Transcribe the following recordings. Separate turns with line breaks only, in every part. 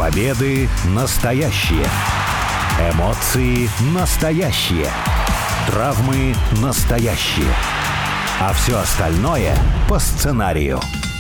Победы настоящие. Эмоции настоящие. Травмы настоящие. А все остальное по сценарию.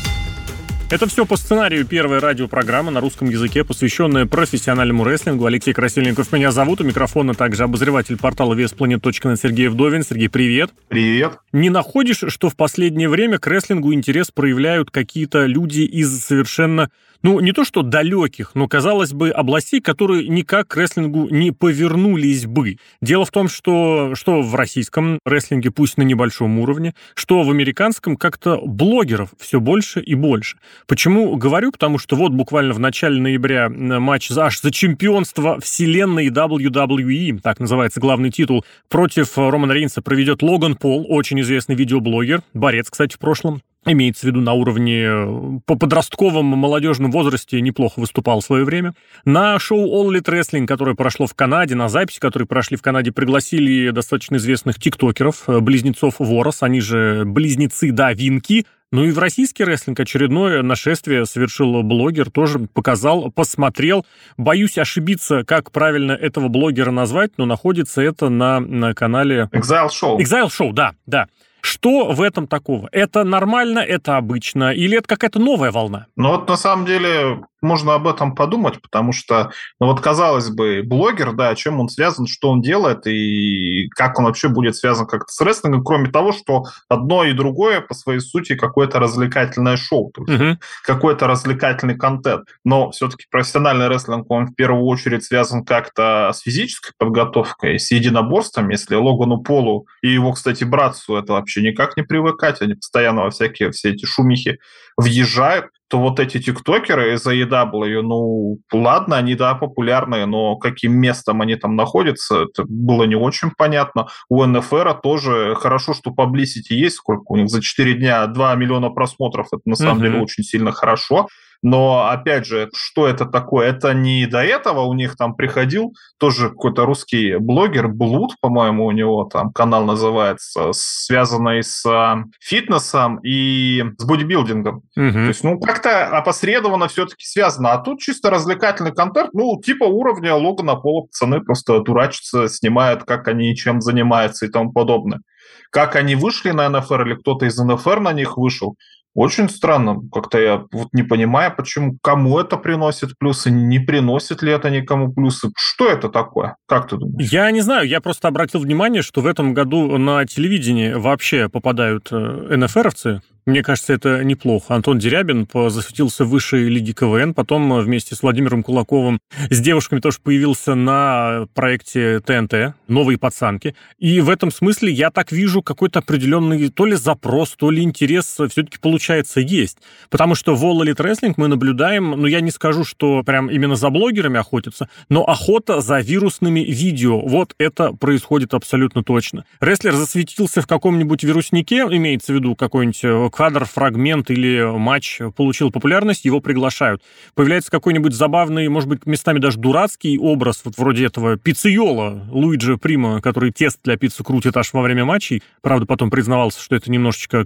Это все по сценарию. Первая радиопрограмма на русском языке, посвященная профессиональному рестлингу. Алексей Красильников меня зовут. У микрофона также обозреватель портала VSPlanet.net Сергей Вдовин. Сергей, привет.
Привет.
Не находишь, что в последнее время к рестлингу интерес проявляют какие-то люди из совершенно, не то что далеких, но, казалось бы, областей, которые никак к рестлингу не повернулись бы. Дело в том, что в российском рестлинге, пусть на небольшом уровне, что в американском как-то блогеров все больше и больше. Почему говорю? Потому что вот буквально в начале ноября матч аж за чемпионство вселенной WWE, так называется главный титул, против Романа Рейнса проведет Логан Пол, очень известный видеоблогер, борец, кстати, в прошлом. Имеется в виду на уровне по подростковом молодежном возрасте неплохо выступал в свое время. На шоу All Elite Wrestling, которое прошло в Канаде, на записи, которые прошли в Канаде, пригласили достаточно известных тиктокеров, близнецов Ворос, они же близнецы Винки. Ну и в российский рестлинг очередное нашествие совершил блогер, тоже показал, посмотрел. Боюсь ошибиться, как правильно этого блогера назвать, но находится это на канале...
Exile Show.
Exile Show, да. Что в этом такого? Это нормально, это обычно, или это какая-то новая волна?
На самом деле можно об этом подумать, потому что, казалось бы, блогер, чем он связан, что он делает и как он вообще будет связан как-то с рестлингом, кроме того, что одно и другое по своей сути какое-то развлекательное шоу, то есть какой-то развлекательный контент. Но все-таки профессиональный рестлинг, он в первую очередь связан как-то с физической подготовкой, с единоборством. Если Логану Полу и его, кстати, братцу это вообще никак не привыкать, они постоянно во всякие все эти шумихи въезжают, то вот эти тиктокеры из AEW, ладно, они, популярные, но каким местом они там находятся, это было не очень понятно. У НФР тоже хорошо, что publicity есть, сколько у них за 4 дня 2 миллиона просмотров, это на самом деле очень сильно хорошо. Но, опять же, что это такое? Это не до этого у них там приходил тоже какой-то русский блогер, Блуд, по-моему, у него там канал называется, связанный с фитнесом и с бодибилдингом. То есть, как-то опосредованно все-таки связано. А тут чисто развлекательный контент, типа уровня Логана Пола. Пацаны просто дурачатся, снимают, как они чем занимаются и тому подобное. Как они вышли на НФР или кто-то из НФР на них вышел, очень странно. Как-то я не понимаю, почему, кому это приносит плюсы, не приносит ли это никому плюсы. Что это такое? Как ты думаешь?
Я не знаю, я просто обратил внимание, что в этом году на телевидении вообще попадают НФРовцы. Мне кажется, это неплохо. Антон Дерябин засветился в высшей лиге КВН, потом вместе с Владимиром Кулаковым с девушками тоже появился на проекте ТНТ «Новые пацанки». И в этом смысле я так вижу какой-то определенный то ли запрос, то ли интерес все-таки получается есть. Потому что в All Elite Wrestling мы наблюдаем, я не скажу, что прям именно за блогерами охотятся, но охота за вирусными видео. Вот это происходит абсолютно точно. Рестлер засветился в каком-нибудь вируснике, имеется в виду какой-нибудь кадр, фрагмент или матч получил популярность, его приглашают. Появляется какой-нибудь забавный, может быть, местами даже дурацкий образ, вот вроде этого пиццейола Луиджи Прима, который тест для пиццы крутит аж во время матчей. Правда, потом признавался, что это немножечко,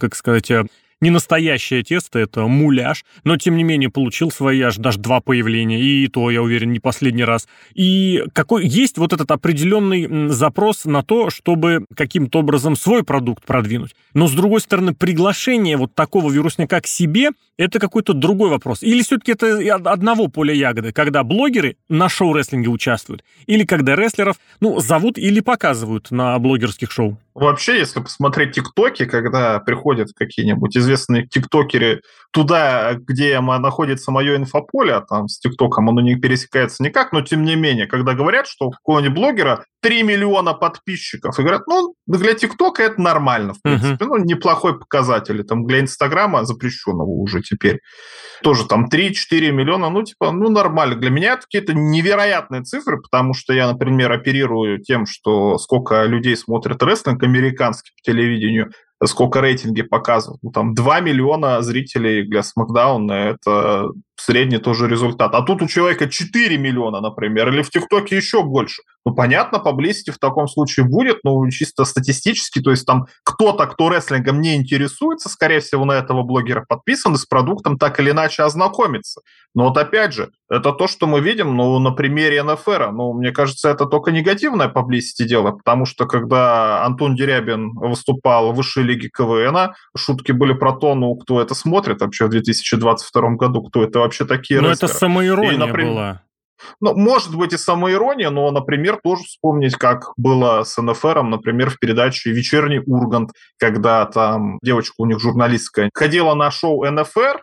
не настоящее тесто, это муляж, но, тем не менее, получил свои аж даже 2 появления, и то, я уверен, не последний раз. И есть вот этот определенный запрос на то, чтобы каким-то образом свой продукт продвинуть. Но, с другой стороны, приглашение вот такого вирусняка к себе – это какой-то другой вопрос. Или все-таки это одного поля ягоды, когда блогеры на шоу-рестлинге участвуют, или когда рестлеров, зовут или показывают на блогерских шоу?
Вообще, если посмотреть тиктоки, когда приходят какие-нибудь известные тиктокеры туда, где находится мое инфополе, а там с тиктоком оно не пересекается никак, но тем не менее, когда говорят, что у какого-нибудь блогера 3 миллиона подписчиков, и говорят, для тиктока это нормально, в принципе, неплохой показатель, там для Инстаграма, запрещенного уже теперь, тоже там 3-4 миллиона, нормально. Для меня это какие-то невероятные цифры, потому что я, например, оперирую тем, что сколько людей смотрят рестлинг американский по телевидению, сколько рейтинги показывают. 2 миллиона зрителей для Смакдауна – это средний тоже результат. А тут у человека 4 миллиона, например, или в ТикТоке еще больше. Понятно, publicity в таком случае будет, чисто статистически, то есть там кто-то, кто рестлингом не интересуется, скорее всего, на этого блогера подписан и с продуктом так или иначе ознакомится. Но вот опять же, это то, что мы видим, на примере НФР. Мне кажется, это только негативное publicity дело, потому что когда Антон Дерябин выступал в высшей лиге КВН, шутки были про то, кто это смотрит вообще в 2022 году, кто это вообще такие рестлеры.
Это самоирония была.
Может быть и самоирония, но, например, тоже вспомнить, как было с НФРом, например, в передаче «Вечерний Ургант», когда там девочка у них журналистская ходила на шоу НФР,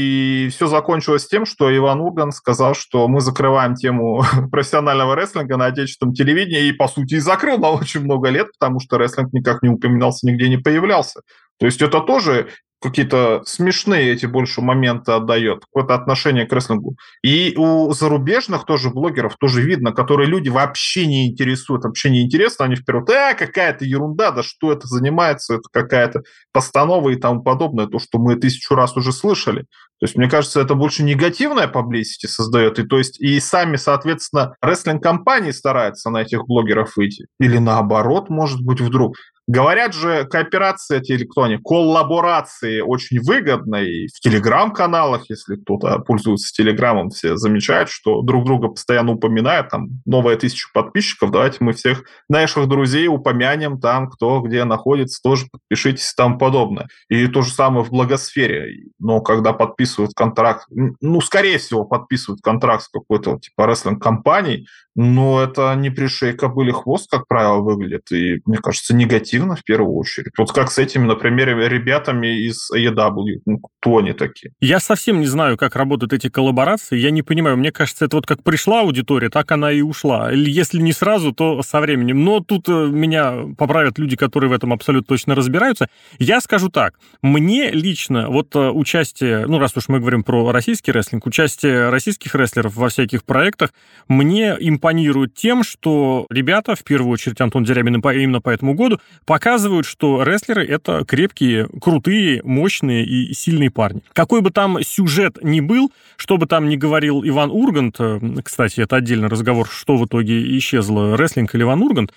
и все закончилось тем, что Иван Ургант сказал, что мы закрываем тему профессионального рестлинга на отечественном телевидении, и, по сути, и закрыл на очень много лет, потому что рестлинг никак не упоминался, нигде не появлялся. То есть это тоже какие-то смешные эти больше моменты отдает, какое-то отношение к рестлингу. И у зарубежных тоже блогеров тоже видно, которые люди вообще не интересуют, вообще не интересно, они вперед, какая-то ерунда, да что это занимается, это какая-то постанова и тому подобное, то, что мы 1000 раз уже слышали. То есть, мне кажется, это больше негативное publicity создает, и сами, соответственно, рестлинг-компании стараются на этих блогеров выйти. Или наоборот, может быть, вдруг. Говорят же, кооперация эти электронные, коллаборации очень выгодны. И в телеграм-каналах, если кто-то пользуется телеграмом, все замечают, что друг друга постоянно упоминают, там, новая 1000 подписчиков, давайте мы всех наших друзей упомянем, там, кто где находится, тоже подпишитесь и тому подобное. И то же самое в блогосфере. Но когда подписывают контракт, скорее всего, подписывают контракт с какой-то типа рестлинг-компанией, но это не пришей кобыле хвост, как правило, выглядит. И, мне кажется, негативно в первую очередь. Вот как с этими, например, ребятами из AEW. Кто они такие?
Я совсем не знаю, как работают эти коллаборации. Я не понимаю. Мне кажется, это вот как пришла аудитория, так она и ушла. Или если не сразу, то со временем. Но тут меня поправят люди, которые в этом абсолютно точно разбираются. Я скажу так. Мне лично вот участие, раз уж мы говорим про российский рестлинг, участие российских рестлеров во всяких проектах мне импонирует тем, что ребята, в первую очередь Антон Дерябин именно по этому году, показывают, что рестлеры — это крепкие, крутые, мощные и сильные парни. Какой бы там сюжет ни был, что бы там ни говорил Иван Ургант, кстати, это отдельный разговор, что в итоге исчезло, рестлинг или Иван Ургант,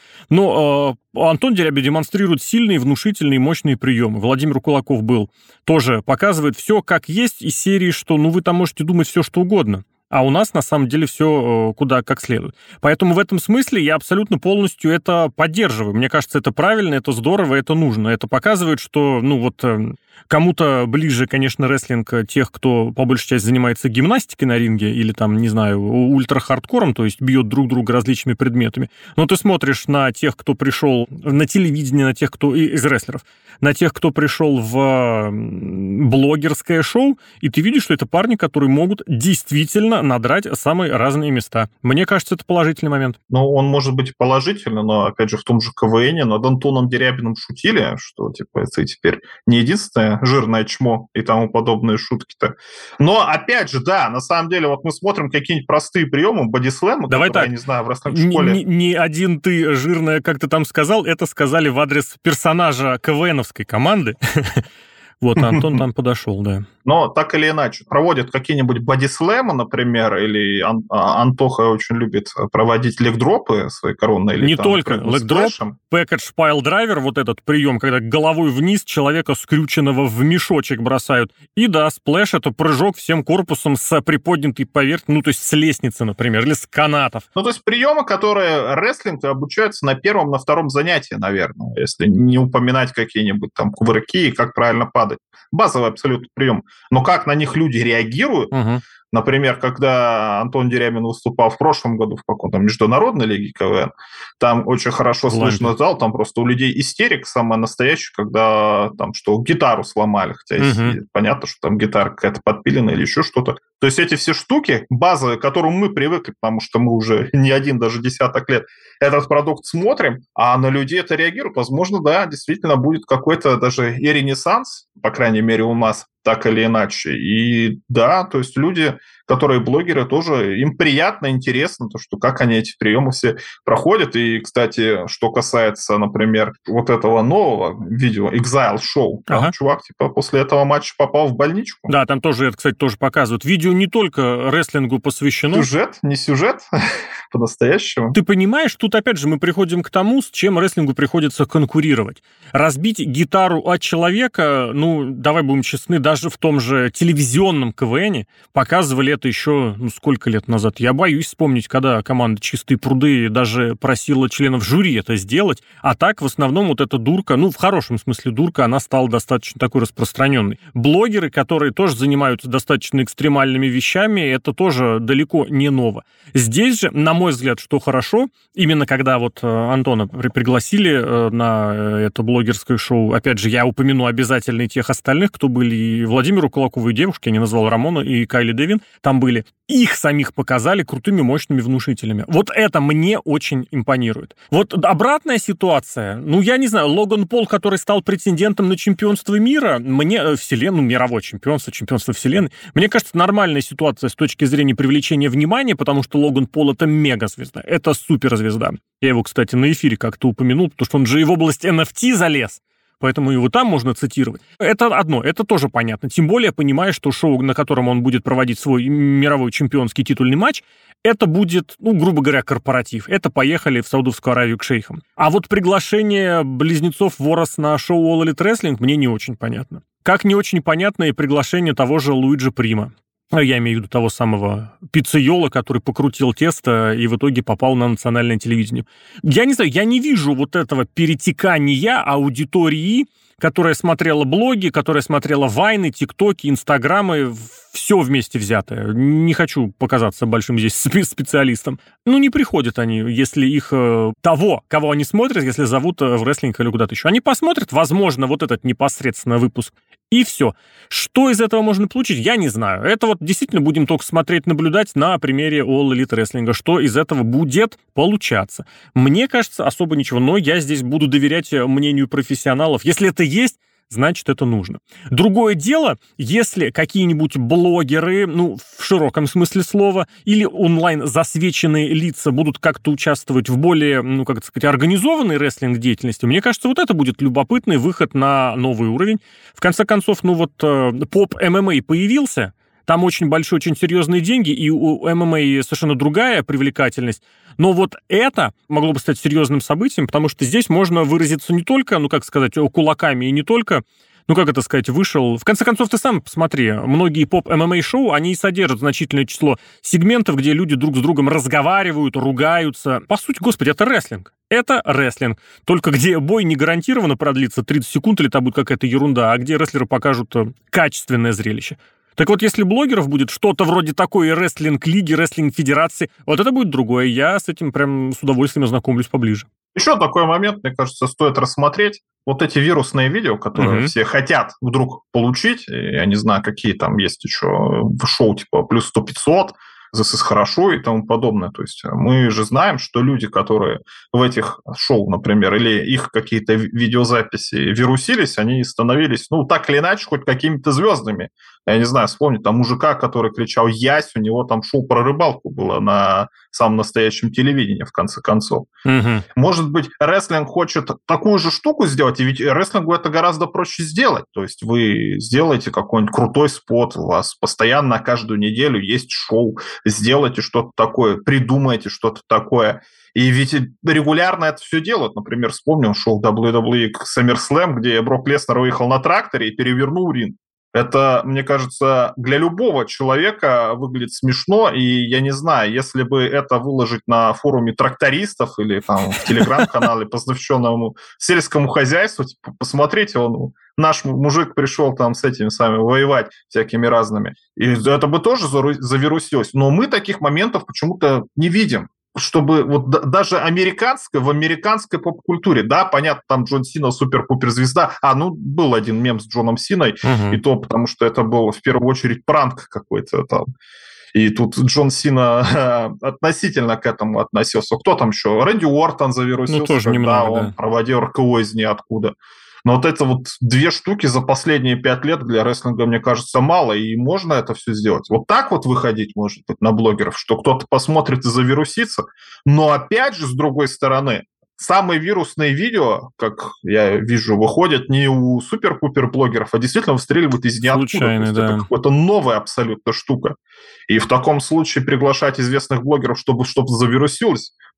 но Антон Дерябин демонстрирует сильные, внушительные, мощные приемы. Владимир Кулаков был, тоже показывает все как есть из серии, что вы там можете думать все, что угодно. А у нас, на самом деле, все куда как следует. Поэтому в этом смысле я абсолютно полностью это поддерживаю. Мне кажется, это правильно, это здорово, это нужно. Это показывает, что, кому-то ближе, конечно, рестлинг тех, кто, по большей части, занимается гимнастикой на ринге или, ультра-хардкором, то есть бьет друг друга различными предметами. Но ты смотришь на тех, кто пришел на телевидение, на тех, кто из рестлеров, на тех, кто пришел в блогерское шоу, и ты видишь, что это парни, которые могут действительно надрать самые разные места. Мне кажется, это положительный момент.
Он может быть положительный, но, опять же, в том же КВН над Антоном Дерябиным шутили, что, это теперь не единственное жирное чмо и тому подобные шутки-то. Но, опять же, да, на самом деле, вот мы смотрим какие-нибудь простые приемы, бодислэма, которые, я не знаю, в рестлинг-школе...
Не один ты жирная, как ты там сказал, это сказали в адрес персонажа КВНовской команды. Вот, Антон там подошел, да.
Но так или иначе, проводят какие-нибудь бодислэмы, например, или Антоха очень любит проводить легдропы свои коронные.
Не только легдроп, пэкэдж пайл-драйвер, вот этот прием, когда головой вниз человека скрюченного в мешочек бросают. И да, сплэш — это прыжок всем корпусом с приподнятой поверхностью, то есть с лестницы, например, или с канатов.
То есть приемы, которые рестлинг обучаются на первом, на втором занятии, наверное, если не упоминать какие-нибудь там кувырки и как правильно падать. Базовый абсолютно прием. Но как на них люди реагируют, например, когда Антон Дерябин выступал в прошлом году в каком-то международной лиге КВН, там очень хорошо слышно зал, там просто у людей истерика самая настоящая, когда там что, гитару сломали, хотя понятно, что там гитара какая-то подпиленная или еще что-то. То есть эти все штуки базовые, к которым мы привыкли, потому что мы уже не один, даже десяток лет этот продукт смотрим, а на людей это реагирует. Возможно, да, действительно будет какой-то даже и ренессанс, по крайней мере, у нас, так или иначе. И да, то есть люди, которые блогеры, тоже им приятно, интересно, то, что как они эти приемы все проходят. И, кстати, что касается, например, вот этого нового видео Exile Show, чувак после этого матча попал в больничку.
Да, там тоже, это, кстати, тоже показывают. Видео не только рестлингу посвящено.
Сюжет, не сюжет, по-настоящему.
Ты понимаешь, тут опять же мы приходим к тому, с чем рестлингу приходится конкурировать. Разбить гитару от человека, давай будем честны, да, даже в том же телевизионном КВНе показывали это еще, сколько лет назад. Я боюсь вспомнить, когда команда «Чистые пруды» даже просила членов жюри это сделать. А так, в основном, вот эта дурка, в хорошем смысле дурка, она стала достаточно такой распространенной. Блогеры, которые тоже занимаются достаточно экстремальными вещами, это тоже далеко не ново. Здесь же, на мой взгляд, что хорошо, именно когда вот Антона пригласили на это блогерское шоу, опять же, я упомяну обязательно и тех остальных, кто были, и Владимиру Кулакову, и девушки, я не назвал Рамона, и Кайли Девин, там были. Их самих показали крутыми, мощными внушителями. Вот это мне очень импонирует. Вот обратная ситуация, я не знаю, Логан Пол, который стал претендентом на чемпионство мира, мировое чемпионство вселенной, мне кажется, нормальная ситуация с точки зрения привлечения внимания, потому что Логан Пол — это мегазвезда, это суперзвезда. Я его, кстати, на эфире как-то упомянул, потому что он же и в область NFT залез. Поэтому его там можно цитировать. Это одно, это тоже понятно. Тем более, понимая, что шоу, на котором он будет проводить свой мировой чемпионский титульный матч, это будет, грубо говоря, корпоратив. Это поехали в Саудовскую Аравию к шейхам. А вот приглашение близнецов Ворос на шоу All Elite Wrestling мне не очень понятно. Как не очень понятно и приглашение того же Луиджи Прима. Я имею в виду того самого пиццейола, который покрутил тесто и в итоге попал на национальное телевидение. Я не знаю, я не вижу вот этого перетекания аудитории, которая смотрела блоги, которая смотрела вайны, тиктоки, инстаграмы, все вместе взятое. Не хочу показаться большим здесь специалистом. Не приходят они, если их того, кого они смотрят, если зовут в рестлинг или куда-то еще. Они посмотрят, возможно, вот этот непосредственно выпуск, и все. Что из этого можно получить, я не знаю. Это вот действительно будем только смотреть, наблюдать на примере All Elite Wrestling, что из этого будет получаться. Мне кажется, особо ничего, но я здесь буду доверять мнению профессионалов. Если это есть, значит, это нужно. Другое дело, если какие-нибудь блогеры, в широком смысле слова, или онлайн-засвеченные лица будут как-то участвовать в более, организованной рестлинг-деятельности, мне кажется, вот это будет любопытный выход на новый уровень. В конце концов, поп-ММА появился, там очень большие, очень серьезные деньги, и у ММА совершенно другая привлекательность. Но вот это могло бы стать серьезным событием, потому что здесь можно выразиться не только, кулаками, и не только, вышел... В конце концов, ты сам посмотри, многие поп-ММА-шоу, они содержат значительное число сегментов, где люди друг с другом разговаривают, ругаются. По сути, господи, это рестлинг. Это рестлинг. Только где бой не гарантированно продлится 30 секунд, или там будет какая-то ерунда, а где рестлеры покажут качественное зрелище. Так вот, если блогеров будет что-то вроде такой рестлинг-лиги, рестлинг-федерации, вот это будет другое. Я с этим прям с удовольствием ознакомлюсь поближе.
Еще такой момент, мне кажется, стоит рассмотреть. Вот эти вирусные видео, которые все хотят вдруг получить, я не знаю, какие там есть еще шоу типа плюс 100-500, This is хорошо и тому подобное. То есть мы же знаем, что люди, которые в этих шоу, например, или их какие-то видеозаписи вирусились, они становились, так или иначе, хоть какими-то звездами. Я не знаю, вспомни, там мужика, который кричал «Ясь», у него там шоу про рыбалку было на самом настоящем телевидении, в конце концов. Может быть, рестлинг хочет такую же штуку сделать, и ведь рестлингу это гораздо проще сделать. То есть вы сделаете какой-нибудь крутой спот, у вас постоянно каждую неделю есть шоу, сделайте что-то такое, придумайте что-то такое. И ведь регулярно это все делают. Например, вспомним шоу WWE SummerSlam, где Брок Леснер выехал на тракторе и перевернул ринг. Это, мне кажется, для любого человека выглядит смешно, и я не знаю, если бы это выложить на форуме трактористов или там в телеграм-канале, посвященному сельскому хозяйству, посмотрите, наш мужик пришел там с этими самыми воевать всякими разными, и это бы тоже завирусилось. Но мы таких моментов почему-то не видим. Чтобы даже в американской поп-культуре, да, понятно, там Джон Сина супер-пупер-звезда, был один мем с Джоном Синой, и то потому, что это был в первую очередь пранк какой-то там, и тут Джон Сина относительно к этому относился. Кто там еще? Рэнди Уортон завирусился,
тоже
когда
немного,
он проводил РКО из ниоткуда. Но вот это две штуки за последние 5 лет для рестлинга, мне кажется, мало, и можно это все сделать. Вот так вот выходить, может быть, на блогеров, что кто-то посмотрит и завирусится. Но опять же, с другой стороны, самые вирусные видео, как я вижу, выходят не у супер-пупер-блогеров, а действительно выстреливают из ниоткуда.
Случайно, да.
Это какая-то новая абсолютно штука. И в таком случае приглашать известных блогеров, чтобы что-то завирусилось,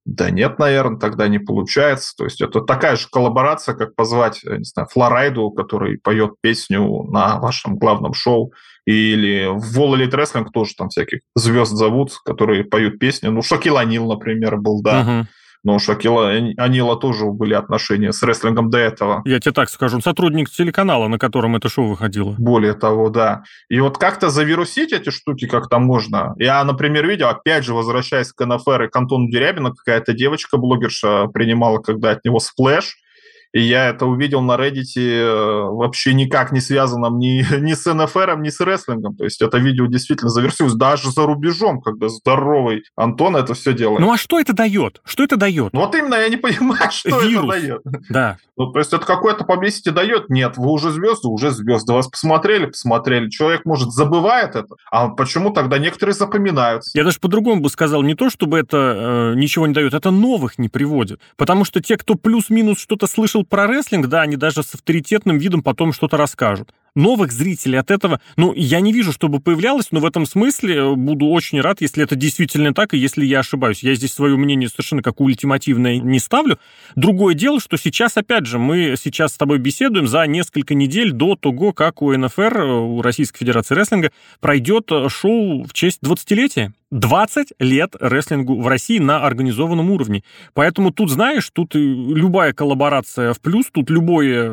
Да нет, наверное, тогда не получается. То есть это такая же коллаборация, как позвать, я не знаю, Флорайду, который поет песню на вашем главном шоу, или в All Elite Wrestling тоже там всяких звезд зовут, которые поют песни. Ну, Шакил Анил, например, был, да.
Угу.
Но у Шакила Анила тоже были отношения с рестлингом до этого.
Я тебе так скажу, он сотрудник телеканала, на котором это шоу выходило.
Более того, да. И вот как-то завирусить эти штуки как-то можно. Я, например, видел, опять же, возвращаясь к НФР и к Антону Дерябину, какая-то девочка-блогерша принимала когда от него сплэш, и я это увидел на Reddit вообще никак не связанном ни с НФРом, ни с рестлингом. То есть это видео действительно завершилось даже за рубежом, когда здоровый Антон это все делает.
Ну а что это дает? Что это дает?
Ну вот именно я не понимаю, что
Вирус.
это дает.
Да.
Ну, то есть это какое-то publicity дает? Нет, вы уже звезды, вас посмотрели. Человек, может, забывает это, а почему тогда некоторые запоминаются?
Я даже по-другому бы сказал, не то, чтобы это ничего не дает, это новых не приводит. Потому что те, кто плюс-минус что-то слышал про рестлинг, да, они даже с авторитетным видом потом что-то расскажут. Новых зрителей от этого, я не вижу, чтобы появлялось, но в этом смысле буду очень рад, если это действительно так, и если я ошибаюсь. Я здесь свое мнение совершенно как ультимативное не ставлю. Другое дело, что сейчас, опять же, мы сейчас с тобой беседуем за несколько недель до того, как у НФР, у Российской Федерации Рестлинга, пройдет шоу в честь 20-летия. 20 лет рестлингу в России на организованном уровне. Поэтому тут, знаешь, тут любая коллаборация в плюс, тут любой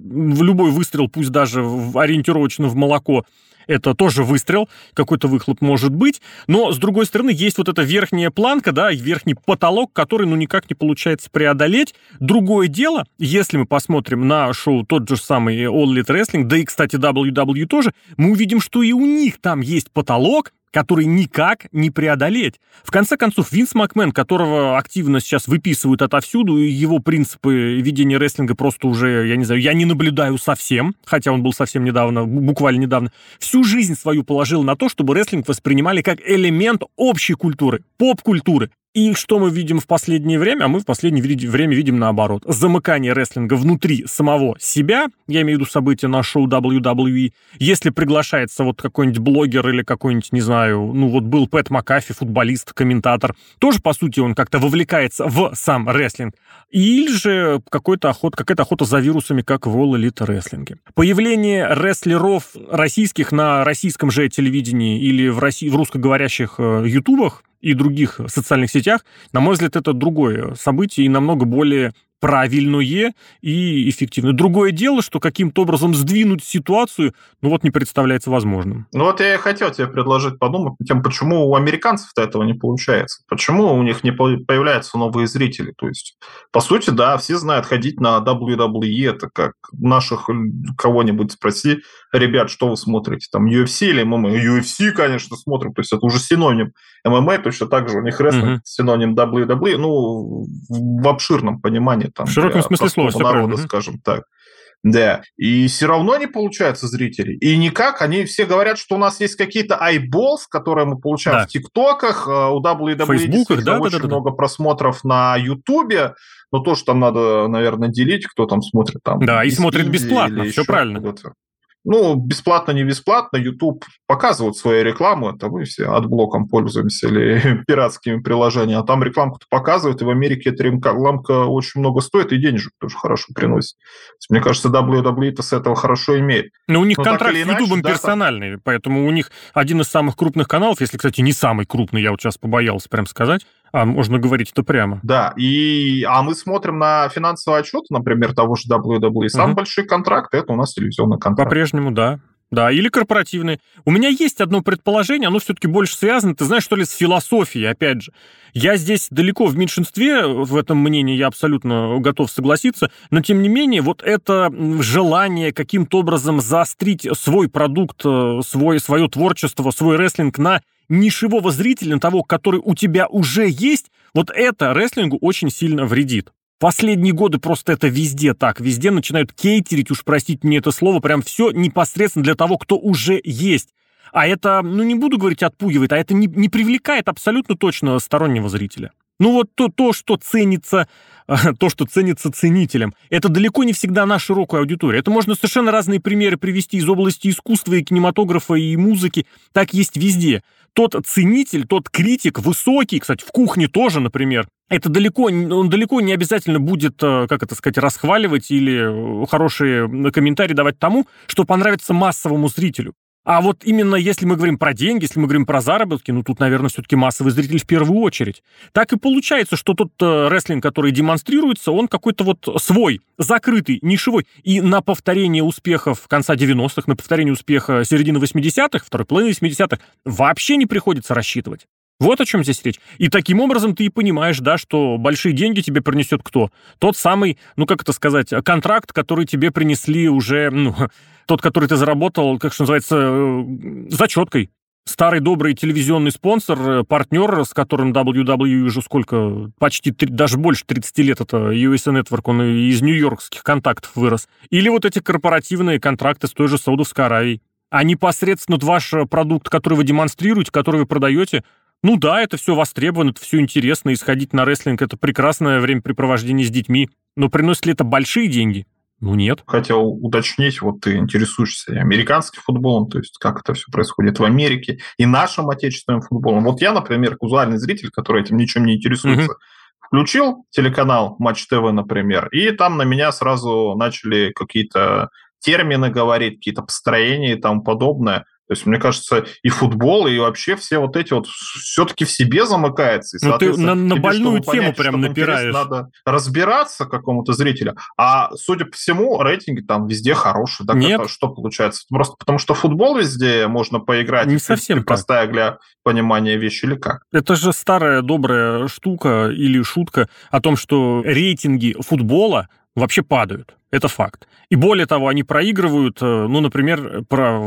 выстрел, пусть даже ориентировочно в молоко, это тоже выстрел, какой-то выхлоп может быть, но, с другой стороны, есть вот эта верхняя планка, да, верхний потолок, который, никак не получается преодолеть. Другое дело, если мы посмотрим на шоу тот же самый All Elite Wrestling, да и, кстати, WWE тоже, мы увидим, что и у них там есть потолок, который никак не преодолеть. В конце концов, Винс Макмен, которого активно сейчас выписывают отовсюду, и его принципы ведения рестлинга просто уже, я не знаю, я не наблюдаю совсем, хотя он был совсем недавно, буквально недавно, всю жизнь свою положил на то, чтобы рестлинг воспринимали как элемент общей культуры, поп-культуры. И что мы видим в последнее время? А мы в последнее время видим наоборот. Замыкание рестлинга внутри самого себя, я имею в виду события на шоу WWE. Если приглашается вот какой-нибудь блогер или какой-нибудь, не знаю, был Пэт Макафи, футболист, комментатор, тоже, по сути, он как-то вовлекается в сам рестлинг. Или же какая-то охота за вирусами, как в All Elite рестлинге. Появление рестлеров российских на российском же телевидении или в русскоговорящих ютубах и других социальных сетях, на мой взгляд, это другое событие и намного более правильное и эффективное. Другое дело, что каким-то образом сдвинуть ситуацию, не представляется возможным.
Я и хотел тебе предложить подумать над тем, почему у американцев-то этого не получается. Почему у них не появляются новые зрители. То есть, по сути, да, все знают, ходить на WWE, это как наших кого-нибудь спроси, ребят, что вы смотрите, там, UFC или ММА? UFC, конечно, смотрим, то есть это уже синоним ММА, точно так же у них рестлинг синоним WWE, в обширном понимании. Там,
в широком смысле слова, все
народа,
правильно.
скажем так. Да, и все равно не получаются зрители. И никак, они все говорят, что у нас есть какие-то eyeballs, которые мы получаем в ТикТоках, у WWE действительно очень много просмотров на Ютубе, но то, что там надо, наверное, делить, кто там смотрит. Там,
да, и смотрит бесплатно, все правильно.
Куда-то. Бесплатно, не бесплатно, YouTube показывает свою рекламу, это мы все отблоком пользуемся или пиратскими приложениями, а там рекламку-то показывают, и в Америке эта рекламка очень много стоит, и денежек тоже хорошо приносит. Мне кажется, WWE-то с этого хорошо имеет.
Но у них контракт с YouTube персональный, поэтому у них один из самых крупных каналов, если, кстати, не самый крупный, я вот сейчас побоялся прям сказать, а можно говорить это прямо.
Да, а мы смотрим на финансовый отчет, например, того же WWE, самый большой контракт, это у нас телевизионный контракт.
По-прежнему, да. Да, или корпоративные. У меня есть одно предположение, оно все-таки больше связано, ты знаешь, что ли, с философией, опять же. Я здесь далеко в меньшинстве, в этом мнении я абсолютно готов согласиться, но, тем не менее, вот это желание каким-то образом заострить свой продукт, свое творчество, свой рестлинг на нишевого зрителя, на того, который у тебя уже есть, вот это рестлингу очень сильно вредит. Последние годы просто это везде так. Везде начинают кейтерить, уж простите мне это слово, прям все непосредственно для того, кто уже есть. А это, не буду говорить отпугивает, а это не привлекает абсолютно точно стороннего зрителя. Ну вот то, что ценится ценителем, это далеко не всегда на широкую аудиторию. Это можно совершенно разные примеры привести из области искусства и кинематографа, и музыки. Так есть везде. Тот ценитель, тот критик высокий, кстати, в кухне тоже, например, он далеко не обязательно будет, расхваливать или хорошие комментарии давать тому, что понравится массовому зрителю. А вот именно если мы говорим про деньги, если мы говорим про заработки, тут, наверное, все-таки массовый зритель в первую очередь. Так и получается, что тот рестлинг, который демонстрируется, он какой-то вот свой, закрытый, нишевой. И на повторение успехов конца 90-х, на повторение успеха середины 80-х, второй половины 80-х вообще не приходится рассчитывать. Вот о чем здесь речь. И таким образом ты и понимаешь, да, что большие деньги тебе принесет кто? Тот самый, контракт, который тебе принесли уже, тот, который ты заработал, зачеткой. Старый добрый телевизионный спонсор, партнер, с которым WWE уже даже больше 30 лет, это USA Network, он из нью-йоркских контактов вырос. Или вот эти корпоративные контракты с той же Саудовской Аравией. А непосредственно ваш продукт, который вы демонстрируете, который вы продаете, это все востребовано, это все интересно, и сходить на рестлинг – это прекрасное времяпрепровождение с детьми. Но приносит ли это большие деньги? Нет.
Хотел уточнить, вот ты интересуешься американским футболом, то есть как это все происходит в Америке, и нашим отечественным футболом. Вот я, например, казуальный зритель, который этим ничем не интересуется, включил телеканал Матч ТВ, например, и там на меня сразу начали какие-то термины говорить, какие-то построения и тому подобное. То есть, мне кажется, и футбол, и вообще все вот эти вот все-таки в себе замыкается. И,
ты на больную тему прям напираешь.
Надо разбираться какому-то зрителю. А, судя по всему, рейтинги там везде хорошие. Да?
Нет.
Что получается? Просто потому что футбол везде можно поиграть.
Не совсем так.
Простая для понимания вещи или как?
Это же старая добрая штука или шутка о том, что рейтинги футбола вообще падают. Это факт. И более того, они проигрывают, например,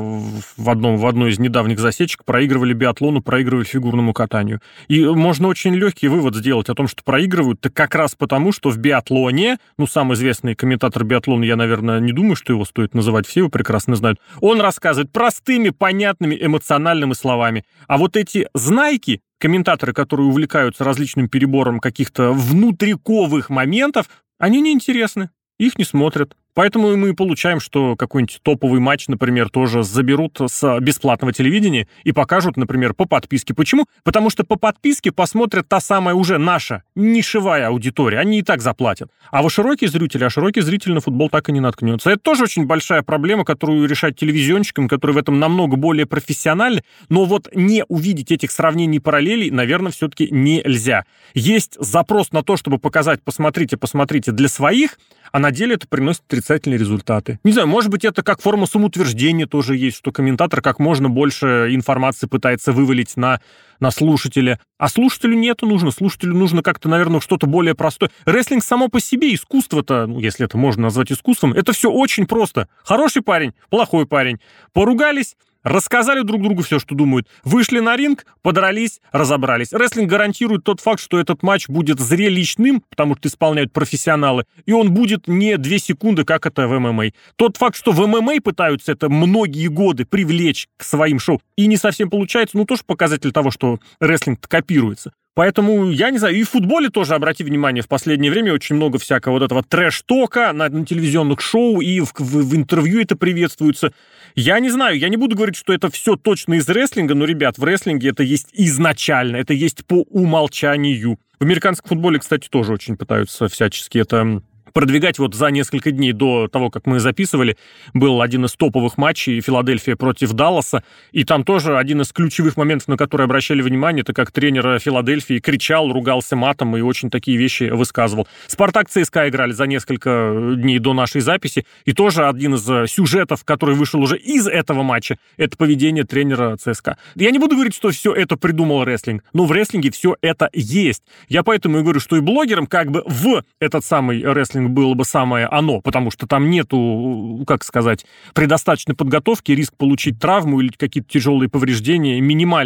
в одной из недавних засечек проигрывали биатлону, проигрывали фигурному катанию. И можно очень легкий вывод сделать о том, что проигрывают-то как раз потому, что в биатлоне, самый известный комментатор биатлона, я, наверное, не думаю, что его стоит называть, все его прекрасно знают, он рассказывает простыми, понятными, эмоциональными словами. А вот эти знайки, комментаторы, которые увлекаются различным перебором каких-то внутриковых моментов, они неинтересны. Их не смотрят. Поэтому мы получаем, что какой-нибудь топовый матч, например, тоже заберут с бесплатного телевидения и покажут, например, по подписке. Почему? Потому что по подписке посмотрят та самая уже наша нишевая аудитория. Они и так заплатят. А широкий зритель на футбол так и не наткнется. Это тоже очень большая проблема, которую решать телевизионщикам, которые в этом намного более профессиональны. Но вот не увидеть этих сравнений и параллелей, наверное, все-таки нельзя. Есть запрос на то, чтобы показать, посмотрите для своих, а на деле это приносит отрицательные результаты. Не знаю, может быть, это как форма самоутверждения тоже есть, что комментатор как можно больше информации пытается вывалить на слушателя. А слушателю не это нужно. Слушателю нужно как-то, наверное, что-то более простое. Рестлинг само по себе, искусство-то, если это можно назвать искусством, это все очень просто. Хороший парень, плохой парень. Поругались, рассказали друг другу все, что думают. Вышли на ринг, подрались, разобрались. Рестлинг гарантирует тот факт, что этот матч будет зрелищным, потому что исполняют профессионалы, и он будет не 2 секунды, как это в ММА. Тот факт, что в ММА пытаются это многие годы привлечь к своим шоу, и не совсем получается, тоже показатель того, что рестлинг копируется. Поэтому, я не знаю, и в футболе тоже, обрати внимание, в последнее время очень много всякого вот этого трэш-тока на телевизионных шоу, и в интервью это приветствуется. Я не знаю, я не буду говорить, что это все точно из рестлинга, но, ребят, в рестлинге это есть изначально, это есть по умолчанию. В американском футболе, кстати, тоже очень пытаются всячески это продвигать. Вот за несколько дней до того, как мы записывали, был один из топовых матчей Филадельфия против Далласа, и там тоже один из ключевых моментов, на которые обращали внимание, это как тренер Филадельфии кричал, ругался матом и очень такие вещи высказывал. Спартак ЦСКА играли за несколько дней до нашей записи, и тоже один из сюжетов, который вышел уже из этого матча, это поведение тренера ЦСКА. Я не буду говорить, что все это придумал рестлинг, но в рестлинге все это есть. Я поэтому и говорю, что и блогерам как бы в этот самый рестлинг было бы самое оно, потому что там нету, предостаточной подготовки, риск получить травму или какие-то тяжелые повреждения минимальный.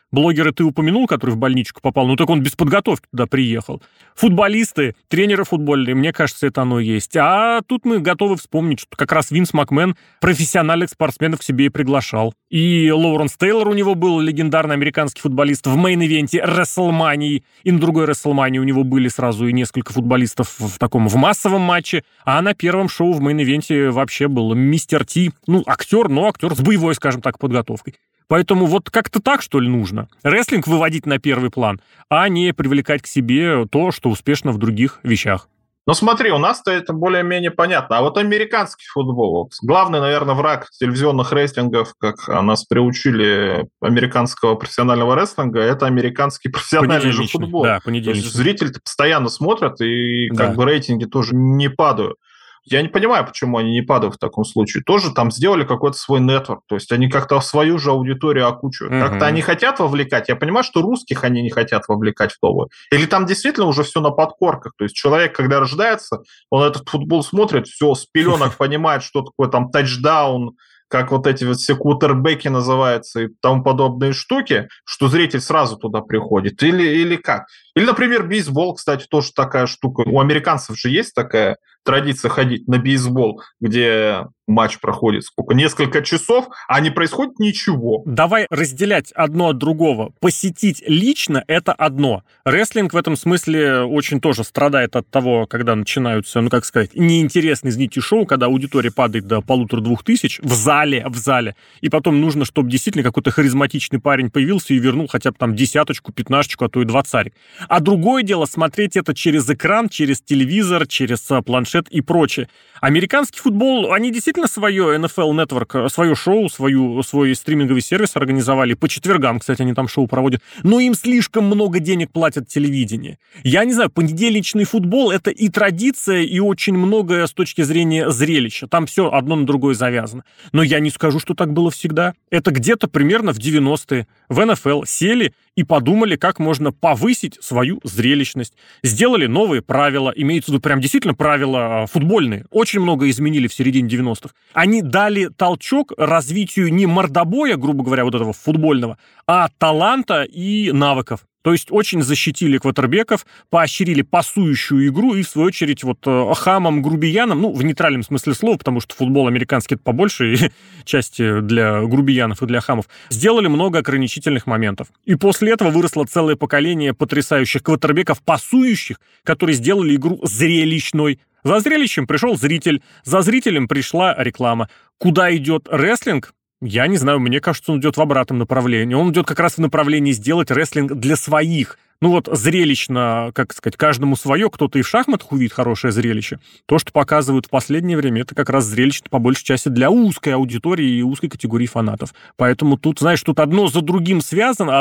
Блогеры ты упомянул, который в больничку попал, ну так он без подготовки туда приехал. Футболисты, тренеры футбольные, мне кажется, это оно и есть. А тут мы готовы вспомнить, что как раз Винс Макмен профессиональных спортсменов к себе и приглашал. И Лоуренс Тейлор у него был, легендарный американский футболист, в мейн-ивенте WrestleMania. И на другой WrestleMania у него были сразу и несколько футболистов в массовом матче. А на первом шоу в мейн-ивенте вообще был мистер Ти. Ну, актер с боевой, скажем так, подготовкой. Поэтому вот как-то так, что ли, нужно. Рестлинг выводить на первый план, а не привлекать к себе то, что успешно в других вещах.
Ну смотри, у нас-то это более-менее понятно. А вот американский футбол, вот, главный, наверное, враг телевизионных рестлингов, как нас приучили американского профессионального рестлинга, это американский профессиональный же футбол.
Да, понедельничный.
То есть зрители постоянно смотрят, и как бы рейтинги тоже не падают. Я не понимаю, почему они не падают в таком случае. Тоже там сделали какой-то свой нетворк. То есть они как-то свою же аудиторию окучивают. Как-то они хотят вовлекать. Я понимаю, что русских они не хотят вовлекать в новую. Или там действительно уже все на подкорках. То есть человек, когда рождается, он этот футбол смотрит, все с пеленок понимает, что такое там тачдаун, как вот эти вот все квотербеки называются и тому подобные штуки, что зритель сразу туда приходит. Или как? Или, например, бейсбол, кстати, тоже такая штука. У американцев же есть такая традиция ходить на бейсбол, где матч проходит несколько часов, а не происходит ничего.
Давай разделять одно от другого. Посетить лично – это одно. Рестлинг в этом смысле очень тоже страдает от того, когда начинаются, неинтересные, извините, шоу, когда аудитория падает до 1500-2000 в зале, и потом нужно, чтобы действительно какой-то харизматичный парень появился и вернул хотя бы там 10, 15, а то и 20. А другое дело смотреть это через экран, через телевизор, через планшет и прочее. Американский футбол, они действительно свое NFL Network, свое шоу, свой стриминговый сервис организовали. По четвергам, кстати, они там шоу проводят. Но им слишком много денег платят телевидение. Я не знаю, понедельничный футбол — это и традиция, и очень многое с точки зрения зрелища. Там все одно на другое завязано. Но я не скажу, что так было всегда. Это где-то примерно в 90-е в NFL сели и подумали, как можно повысить свою зрелищность. Сделали новые правила, имеется в виду прям действительно правила футбольные. Очень много изменили в середине 90-х. Они дали толчок развитию не мордобоя, грубо говоря, вот этого футбольного, а таланта и навыков. То есть очень защитили квотербеков, поощрили пасующую игру и, в свою очередь, хамам, грубиянам, в нейтральном смысле слова, потому что футбол американский — это по большей части для грубиянов и для хамов, сделали много ограничительных моментов. И после этого выросло целое поколение потрясающих квотербеков, пасующих, которые сделали игру зрелищной. За зрелищем пришел зритель, за зрителем пришла реклама. Куда идет рестлинг? Я не знаю, мне кажется, он идет в обратном направлении. Он идет как раз в направлении сделать рестлинг для своих. Зрелищно, каждому свое. Кто-то и в шахматах увидит хорошее зрелище. То, что показывают в последнее время, это как раз зрелище по большей части для узкой аудитории и узкой категории фанатов. Поэтому тут одно с другим связано,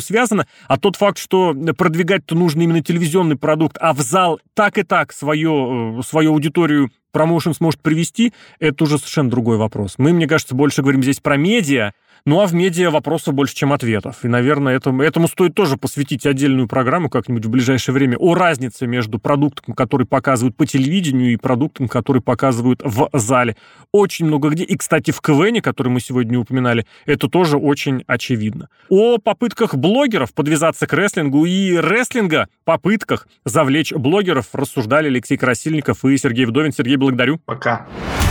а тот факт, что продвигать-то нужно именно телевизионный продукт, а в зал так и так свою аудиторию промоушен сможет привести, это уже совершенно другой вопрос. Мы, мне кажется, больше говорим здесь про медиа, а в медиа вопросов больше, чем ответов. И, наверное, этому стоит тоже посвятить отдельную программу как-нибудь в ближайшее время о разнице между продуктом, который показывают по телевидению, и продуктом, который показывают в зале. Очень много где. И, кстати, в КВНе, который мы сегодня упоминали, это тоже очень очевидно. О попытках блогеров подвязаться к рестлингу и рестлинга попытках завлечь блогеров рассуждали Алексей Красильников и Сергей Вдовин. Сергей, благодарю.
Пока.